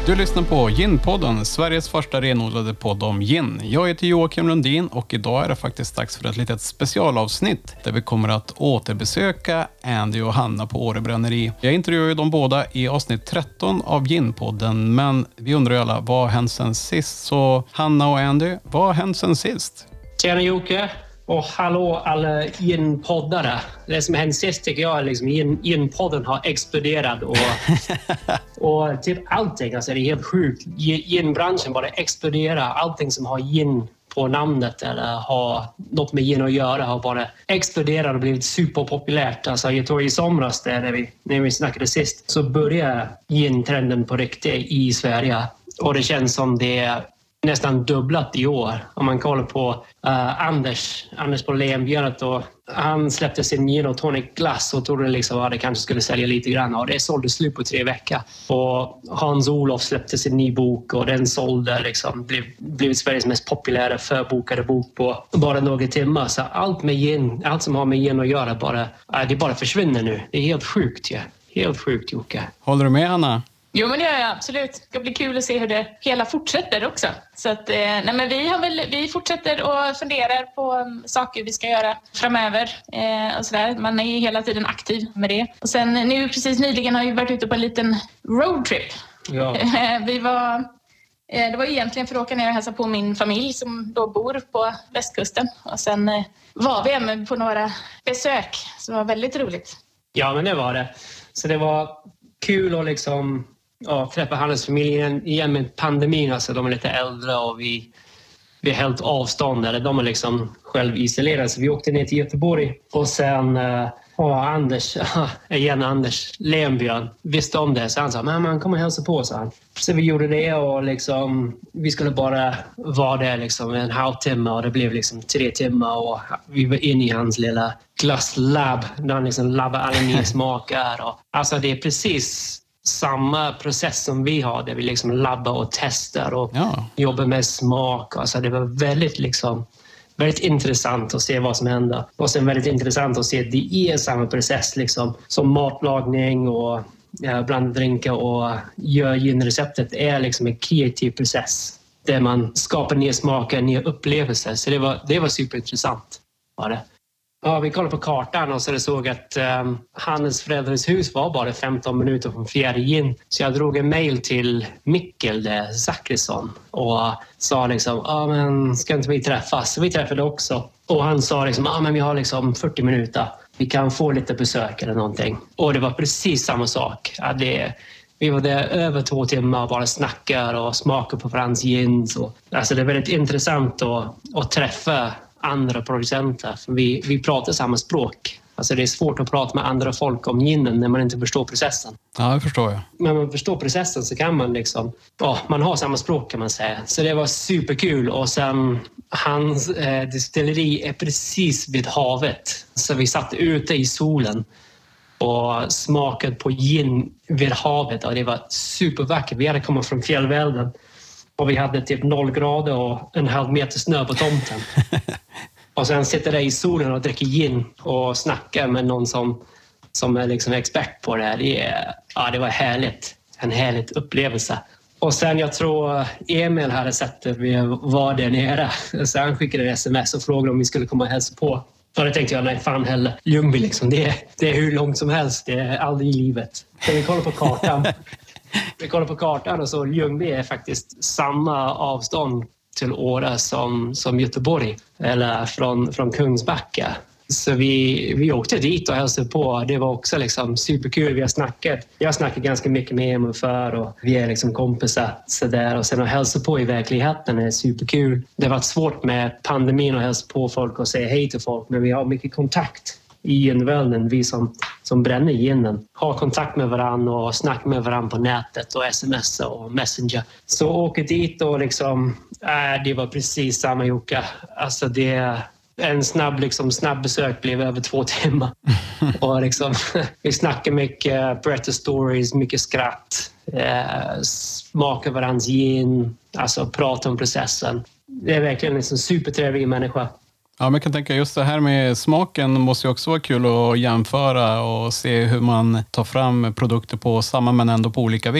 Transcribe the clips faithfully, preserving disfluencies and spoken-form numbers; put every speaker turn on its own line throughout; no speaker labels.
Du lyssnar på Gin-podden, Sveriges första renodlade podd om gin. Jag heter Joakim Lundin och idag är det faktiskt dags för ett litet specialavsnitt där vi kommer att återbesöka Andy och Hanna på Åre bränneri. Jag intervjuar ju dem båda i avsnitt tretton av Gin-podden, men vi undrar ju alla, vad har hänt sen sist? Så Hanna och Andy, vad har hänt sen sist?
Tjena Jocke! Och hallå alla gin-poddare. Det som hänt sist tycker jag är liksom gin-podden har exploderat och, och typ allting. Alltså det är helt sjukt. Gin-branschen bara exploderar. Allting som har gin på namnet eller har något med gin att göra har bara exploderat och blivit superpopulärt. Alltså jag tror i somras där när vi, när vi snackade sist så började gin-trenden på riktigt i Sverige. Och det känns som det är nästan dubblat i år. Om man kollar på uh, Anders, Anders på Leonbjörnet och han släppte sin gin och tonic glass och trodde liksom att det kanske skulle sälja lite grann och det sålde slut på tre veckor. Och Hans-Olof släppte sin ny bok och den sålde liksom, blev, blivit Sveriges mest populära förbokade bok på bara några timmar. Så allt med gin, allt som har med gin att göra bara, uh, det bara försvinner nu. Det är helt sjukt, ja. Helt sjukt, Jocke.
Håller du med, Hanna?
Jo, men det gör jag absolut. Det ska bli kul att se hur det hela fortsätter också. Så att, eh, nej, men vi, har väl, vi fortsätter och funderar på um, saker vi ska göra framöver. Eh, och så där. Man är ju hela tiden aktiv med det. Och sen nu precis nyligen har vi varit ute på en liten roadtrip.
Ja.
vi var, eh, det var egentligen för att åka ner och hälsa på min familj som då bor på västkusten. Och sen eh, var vi även på några besök. Så det var väldigt roligt.
Ja, men det var det. Så det var kul att liksom... Ja, träffa hans familj igen med pandemin. Alltså, de är lite äldre och vi, vi är helt avståndade. De är liksom självisolerade. Så vi åkte ner till Göteborg. Och sen ja, Anders, igen Anders Leonbjörn visste om det. Så han sa, men man kommer hälsa på, så han. Så vi gjorde det och liksom, vi skulle bara vara där liksom en halvtimme. Och det blev liksom tre timmar. Och vi var inne i hans lilla glasslab. Där han liksom labbar alla nya smaker. Och, alltså det är precis... samma process som vi har där vi liksom labbar och testar och ja. jobbar med smak. Alltså det var väldigt, liksom, väldigt intressant att se vad som händer. Och sen väldigt intressant att se att det är samma process liksom, som matlagning och ja, blanda drinkar och gör ginreceptet är liksom en kreativ process där man skapar nya smaker, nya upplevelser. Så det var, det var superintressant. Var det. Ja, vi kollade på kartan och så såg att um, Hannes föräldrars hus var bara femton minuter från Fjärde Gin. Så jag drog en mejl till Mikkel Zachrisson och sa liksom, ja ah, men ska inte vi träffas? Så vi träffade också. Och han sa liksom, ja ah, men vi har liksom fyrtio minuter. Vi kan få lite besök eller någonting. Och det var precis samma sak. Ja, det, vi var där över två timmar och bara snackar och smakar på Frans gin. Så, alltså det är väldigt intressant att, att träffa andra producenter. För vi, vi pratar samma språk. Alltså det är svårt att prata med andra folk om ginen när man inte förstår processen.
Ja, det förstår jag.
Men man förstår processen så kan man liksom... Ja, man har samma språk kan man säga. Så det var superkul. Och sen hans eh, distilleri är precis vid havet. Så vi satt ute i solen och smakade på gin vid havet. Och det var supervackert. Vi hade kommit från fjällvärlden. Och vi hade typ noll grader och en halv meter snö på tomten. Och sen sitter där i solen och dricker gin och snackar med någon som, som är liksom expert på det här. Det, är, ja, det var härligt. En härlig upplevelse. Och sen jag tror Emil hade sett att vi var där nere. Så han skickade ett sms och frågade om vi skulle komma och hälsa på. Och då tänkte jag, nej fan heller. Ljungby liksom, det är, det är hur långt som helst. Det är aldrig i livet. Så vi kollar på kartan. Vi kollar på kartan och så Ljungby är faktiskt samma avstånd till Åre som, som Göteborg. Eller från, från Kungsbacka. Så vi, vi åkte dit och hälsade på. Det var också liksom superkul. Vi har snackat. Jag har snackat ganska mycket med Emil för och vi är liksom kompisar. Så där. Och sen att hälsa på i verkligheten är superkul. Det har varit svårt med pandemin att hälsa på folk och säga hej till folk. Men vi har mycket kontakt i ginvärlden. Vi som, som bränner ginen har kontakt med varandra och snackar med varandra på nätet och sms och messenger. Så åker dit och liksom, äh, det var precis samma Jocke. Alltså det en snabb, liksom, snabb besök blev över två timmar. Och liksom, vi snackar mycket, berättar stories, mycket skratt, eh, smakar varandras gin, alltså prata om processen. Det är verkligen en liksom supertrevlig människa.
Ja, men jag kan tänka just det här med smaken måste ju också vara kul att jämföra och se hur man tar fram produkter på samma men ändå på olika vis.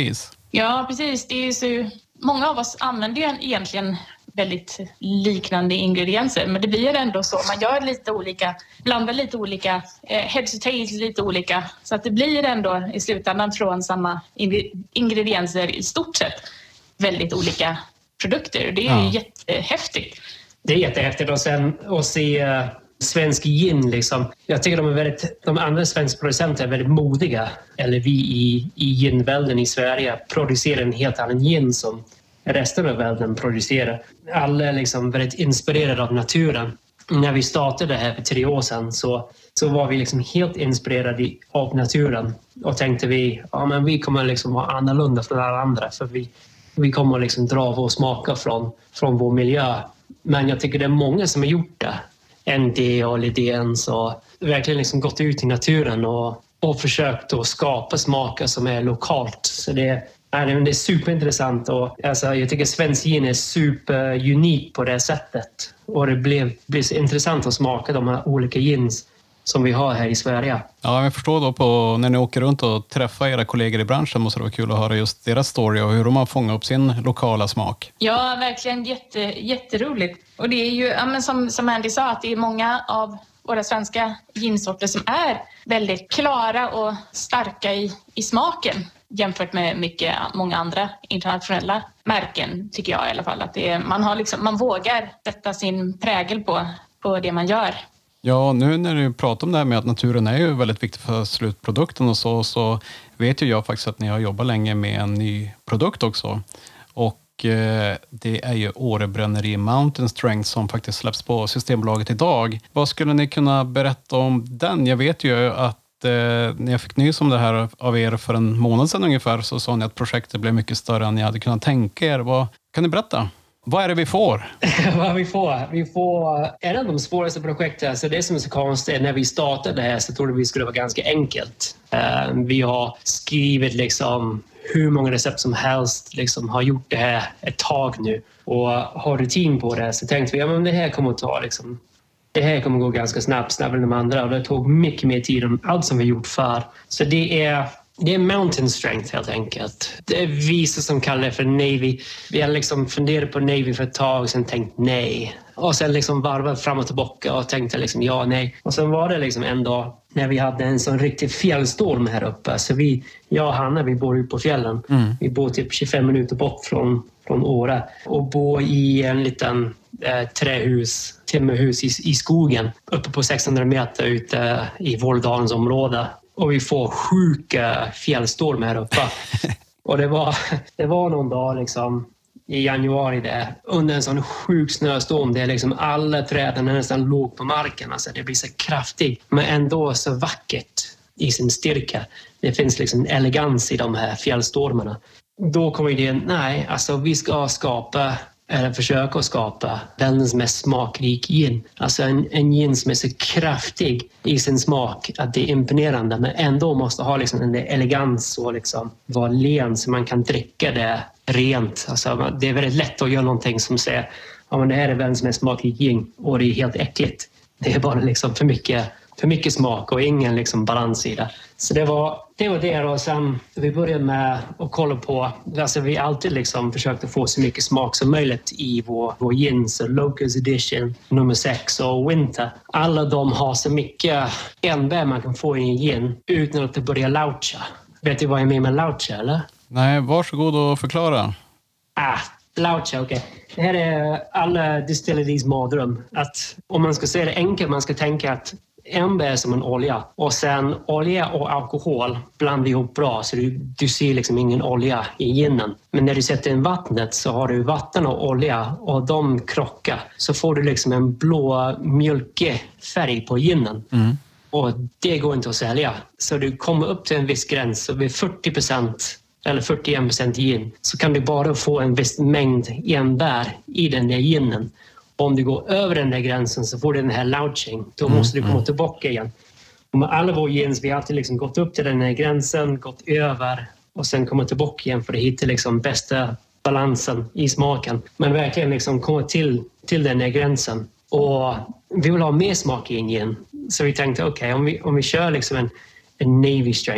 Ja, precis. Det är ju så, många av oss använder ju egentligen väldigt liknande ingredienser, men det blir ändå så. Man gör lite olika, blandar lite olika, eh, heads och tails lite olika. Så att det blir ändå i slutändan från samma ingredienser i stort sett väldigt olika produkter. Det är ja. ju jättehäftigt.
Det är jättehäftigt och sen att se uh, svensk gin liksom. Jag tycker de är väldigt, de andra svenska producenter är väldigt modiga. Eller vi i, i ginvärlden i Sverige producerar en helt annan gin som resten av världen producerar. Alla är liksom väldigt inspirerade av naturen. När vi startade det här för tre år sedan så, så var vi liksom helt inspirerade av naturen. Och tänkte vi, ja men vi kommer liksom vara annorlunda från alla andra. För vi, vi kommer liksom dra vår smaker från, från vår miljö. Men jag tycker det är många som har gjort det. N D och Lidéns och verkligen liksom gått ut i naturen och, och försökt att skapa smaker som är lokalt. Så det är Det är superintressant och alltså, jag tycker svensk gin är superunik på det sättet. Och det blev, blev så intressant att smaka de här olika gins som vi har här i Sverige.
Ja, jag förstår då på när ni åker runt och träffar era kollegor i branschen måste det vara kul att höra just deras story och hur de har fångat upp sin lokala smak.
Ja, verkligen jätte, jätteroligt. Och det är ju, ja, men som, som Andy sa, att det är många av våra svenska ginsorter som är väldigt klara och starka i, i smaken. Jämfört med mycket, många andra internationella märken tycker jag i alla fall. Att det är, man, har liksom, man vågar sätta sin prägel på, på det man gör.
Ja, nu när du pratar om det här med att naturen är ju väldigt viktig för slutprodukten och så, så vet ju jag faktiskt att ni har jobbat länge med en ny produkt också. Och eh, det är ju Åre Bränneri Mountain Strength som faktiskt släpps på Systembolaget idag. Vad skulle ni kunna berätta om den? Jag vet ju att Eh, när jag fick nys om det här av er för en månad sedan ungefär så sa ni att projektet blev mycket större än ni hade kunnat tänka er. Vad, kan ni berätta? Vad är det vi får?
Vad vi får? Vi får en av de svåraste projekten. Så det som är så konstigt, när vi startade det här så trodde vi skulle vara ganska enkelt. Uh, vi har skrivit liksom hur många recept som helst, liksom har gjort det här ett tag nu och har rutin på det. Så tänkte vi, ja men det här kommer att ta liksom Det här kommer gå ganska snabbt, snabbare än de andra. Och det tog mycket mer tid än allt som vi gjort för. Så det är, det är mountain strength helt enkelt. Det är vissa som kallar det för Navy. Vi har liksom funderat på Navy för ett tag och sen tänkt nej. Och sen liksom varvat fram och tillbaka och tänkte liksom ja, nej. Och sen var det liksom en dag när vi hade en sån riktig fjällstorm här uppe. Så vi, jag och Hanna, vi bor ute på fjällen. Mm. Vi bor typ tjugofem minuter bort från, från Åre. Och bor i en liten eh, trähus, timmerhus i, i skogen. Uppe på sexhundra meter ute i Våldalens område. Och vi får sjuka fjällstorm här uppe. Och det var, det var någon dag liksom i januari där, under en sån sjuk snöstorm där liksom alla träden nästan låg på marken. Alltså det blir så kraftigt men ändå så vackert i sin styrka. Det finns liksom elegans i de här fjällstormarna. Då kommer idén, nej, alltså vi ska skapa eller försöka skapa världens mest smakrik gin. Alltså en, en gin som är så kraftig i sin smak att det är imponerande men ändå måste ha liksom en elegans och liksom vara len så man kan dricka det rent. Alltså det är väldigt lätt att göra någonting som säger ja, men det här är världens mest smakrik gin och det är helt äckligt. Det är bara liksom för mycket, för mycket smak och ingen liksom balans i det. Så det var det var det och sen vi började med att kolla på, alltså vi alltid liksom försökte få så mycket smak som möjligt i vår, vår gin, så Locust Edition, nummer sex och Winter. Alla de har så mycket enbär man kan få i en gin utan att det börjar laucha. Vet du vad jag menar med laucha eller?
Nej, varsågod och förklara.
Ah, laucha, okej. Okay. Det här är alla distilleries mardröm. Att om man ska säga det enkelt, man ska tänka att enbär som en olja och sen olja och alkohol blandar ihop bra så du, du ser liksom ingen olja i ginen. Men när du sätter in vattnet så har du vatten och olja och de krockar så får du liksom en blå mjölkig färg på ginen. Mm. Och det går inte att sälja. Så du kommer upp till en viss gräns och vid fyrtio procent eller fyrtioen procent gin så kan du bara få en viss mängd enbär i den där ginen. Om du går över den där gränsen så får du den här lauching. Då mm, måste du komma mm. tillbaka igen. Och med alla våra gins, vi har alltid liksom gått upp till den här gränsen, gått över och sen komma tillbaka igen för att hitta liksom bästa balansen i smaken. Men verkligen liksom komma till, till den här gränsen. Och vi vill ha mer smak i en gin. Så vi tänkte okej, okay, om, vi, om vi kör liksom en, en Navy strength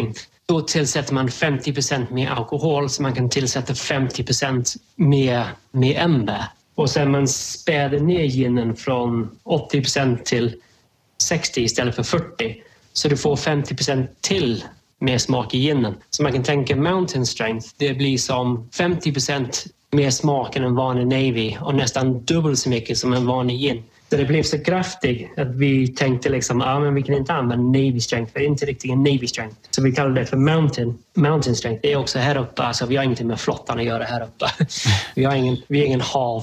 då tillsätter man femtio procent mer alkohol, så man kan tillsätta femtio procent mer, mer enbär. Och sen man späder ner ginen från åttio procent till sextio istället för fyrtio. Så du får femtio procent till mer smak i ginen. Så man kan tänka Mountain Strength, det blir som femtio procent mer smak än en vanlig Navy och nästan dubbelt så mycket som en vanlig gin. Så det blev så kraftigt att vi tänkte liksom, ja, men vi kan inte använda Navy Strength, för det är inte riktigt en Navy Strength. Så vi kallar det för Mountain, Mountain Strength. Det är också här uppe, alltså vi har ingenting med flottan att göra här uppe. Vi har ingen, vi har ingen hav.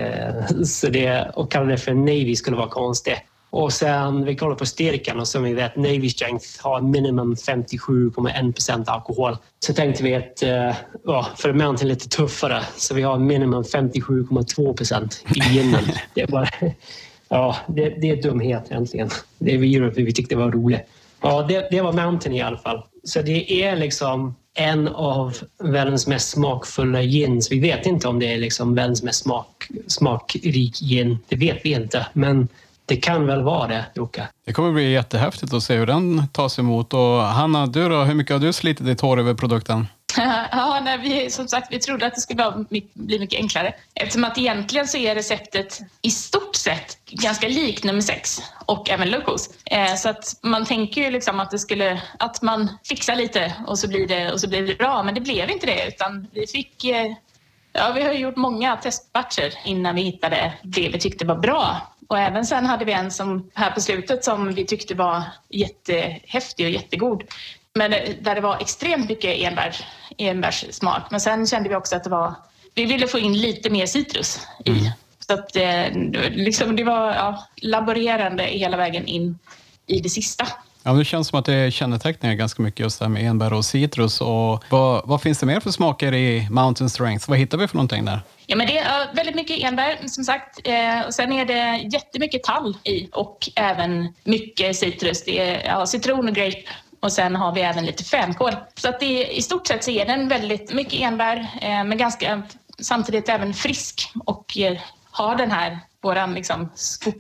Så det, och kalla det för Navy skulle vara konstigt. Och sen vi kollar på styrkan och som vi vet Navy Strength har minimum femtiosju komma en procent alkohol. Så tänkte vi att ja, för Mountain lite tuffare så vi har minimum femtiosju komma två procent i ginen. Det är bara, ja, det, det är dumhet egentligen. Det vi gjorde för vi tyckte det var roligt. Ja, det, det var Mountain i alla fall. Så det är liksom en av världens mest smakfulla gins. Vi vet inte om det är liksom världens mest smak, smakrik gin. Det vet vi inte, men det kan väl vara det, Jocke.
Det kommer bli jättehäftigt att se hur den tas emot. Och Hanna, du då, hur mycket har du slitit ditt hår över produkten?
Ja, nej, vi, som sagt, vi trodde att det skulle bli mycket enklare. Eftersom att egentligen så är receptet i stort sett ganska likt nummer sex och även Locos. Eh, så att man tänker ju liksom att det skulle, att man fixar lite och så blir det, och så blir det bra. Men det blev inte det, utan vi fick, eh, ja, vi har gjort många testbatcher innan vi hittade det vi tyckte var bra. Och även sen hade vi en som här på slutet som vi tyckte var jättehäftig och jättegod. Men där det var extremt mycket enbär, enbärssmak. Men sen kände vi också att det var, vi ville få in lite mer citrus i. Mm. Så att liksom, det var ja, laborerande hela vägen in i det sista.
Ja, det känns som att det kännetecknar ganska mycket just det här med enbär och citrus. Och vad, vad finns det mer för smaker i Mountain Strength? Vad hittar vi för någonting där?
Ja, men det är väldigt mycket enbär som sagt. Eh, och sen är det jättemycket tall i och även mycket citrus. Det är ja, citron och grape. Och sen har vi även lite fänkål. Så att det, i stort sett så är den väldigt mycket enbär. Eh, men ganska samtidigt även frisk. Och eh, har den här våran liksom,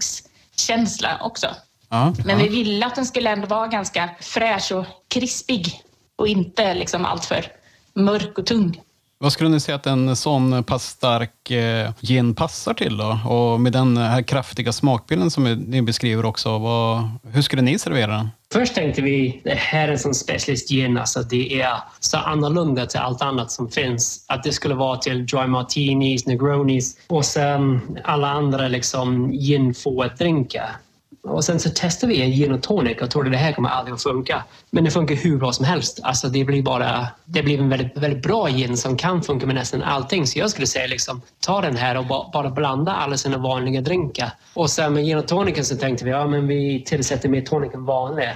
skogskänsla också.
Ja,
men
ja.
vi ville att den skulle ändå vara ganska fräsch och krispig. Och inte liksom allt för mörk och tung.
Vad skulle ni säga att en sån pass stark eh, gin passar till då? Och med den här kraftiga smakbilden som ni beskriver också, vad, hur skulle ni servera den?
Först tänkte vi, det här är en sån specialist gin, alltså det är så annorlunda till allt annat som finns. Att det skulle vara till dry martinis, negronis och sen alla andra liksom gin-få-drinkar. Och sen så testade vi en gin och tonic och trodde det här kommer aldrig att funka. Men det funkar hur bra som helst. Alltså det blir bara, det blir en väldigt, väldigt bra gin som kan funka med nästan allting. Så jag skulle säga liksom, ta den här och ba, bara blanda alla sina vanliga drinkar. Och sen med gin och tonicen så tänkte vi, ja men vi tillsätter mer tonic än vanligt.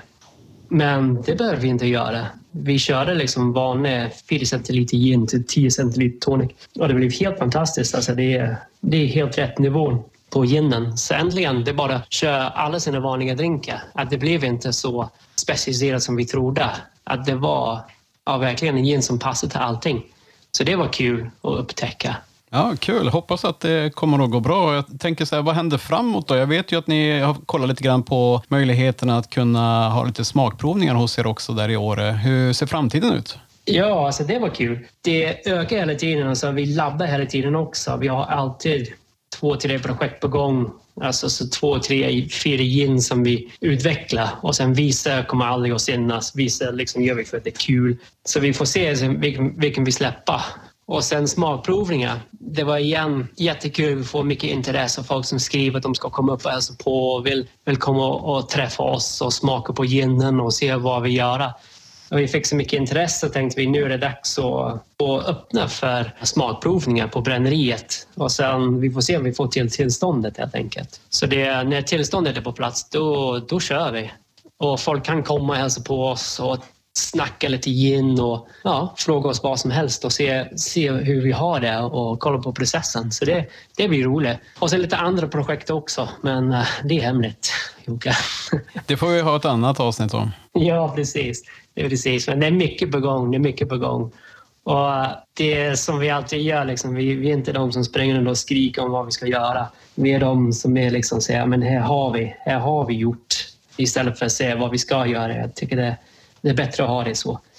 Men det behöver vi inte göra. Vi körde liksom vanlig fyra centiliter gin till tio centiliter tonic. Och det blev helt fantastiskt. Alltså det är, det är helt rätt nivå på ginen. Så äntligen, det bara kör alla sina vanliga drinkar. Att det blev inte så specialiserat som vi trodde. Att det var ja, verkligen en gin som passade till allting. Så det var kul att upptäcka.
Ja, kul. Hoppas att det kommer att gå bra. Jag tänker så här, vad händer framåt då? Jag vet ju att ni har kollat lite grann på möjligheterna att kunna ha lite smakprovningar hos er också där i Åre. Hur ser framtiden ut?
Ja, alltså det var kul. Det ökar hela tiden. Alltså vi laddar hela tiden också. Vi har alltid två, tre projekt på gång. Alltså så två, tre, fyra gin som vi utvecklar. Och sen vissa kommer aldrig att synas. Vissa liksom gör vi för att det är kul. Så vi får se vilken, vilken vi släpper. Och sen smakprovningar. Det var igen jättekul. Vi får mycket intresse av folk som skriver att de ska komma upp och hälsa på. Och vill, vill komma och träffa oss och smaka på ginen och se vad vi gör. Och vi fick så mycket intresse och tänkte vi nu är det dags att, att öppna för smakprovningar på bränneriet. Och sen vi får se om vi får till tillståndet helt enkelt. Så det, när tillståndet är på plats då, då kör vi. Och folk kan komma och hälsa på oss och snacka lite gin och ja, fråga oss vad som helst och se, se hur vi har det och kolla på processen. Så det, det blir roligt. Och sen lite andra projekt också, men uh, det är hemligt, Jocke.
Det får vi ha ett annat avsnitt om.
Ja, precis. Det är precis. Men det är mycket på gång, det är mycket på gång. Och uh, det som vi alltid gör, liksom, vi, vi är inte de som springer och skriker om vad vi ska göra. Vi är de som är liksom säger, men här har vi, här har vi gjort. Istället för att säga vad vi ska göra. Jag tycker det Det är bättre att ha det så.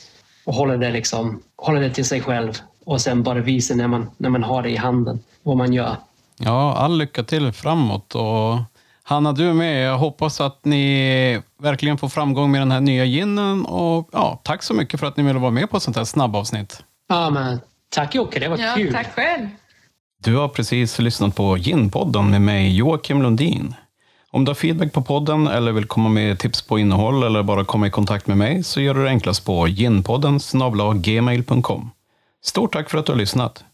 och hålla det, liksom, hålla det till sig själv och sen bara visa när man, när man har det i handen vad man gör.
Ja, all lycka till framåt. Och Hanna, du är med. Jag hoppas att ni verkligen får framgång med den här nya ginen. Och ja, tack så mycket för att ni ville vara med på ett sånt här snabbavsnitt.
Ja, men tack Jocke, det var
Ja,
kul.
tack själv.
Du har precis lyssnat på Ginpodden med mig, Joakim Lundin. Om du har feedback på podden eller vill komma med tips på innehåll eller bara komma i kontakt med mig så gör du det enklast på ginpodden snabel-a gmail punkt com. Stort tack för att du har lyssnat.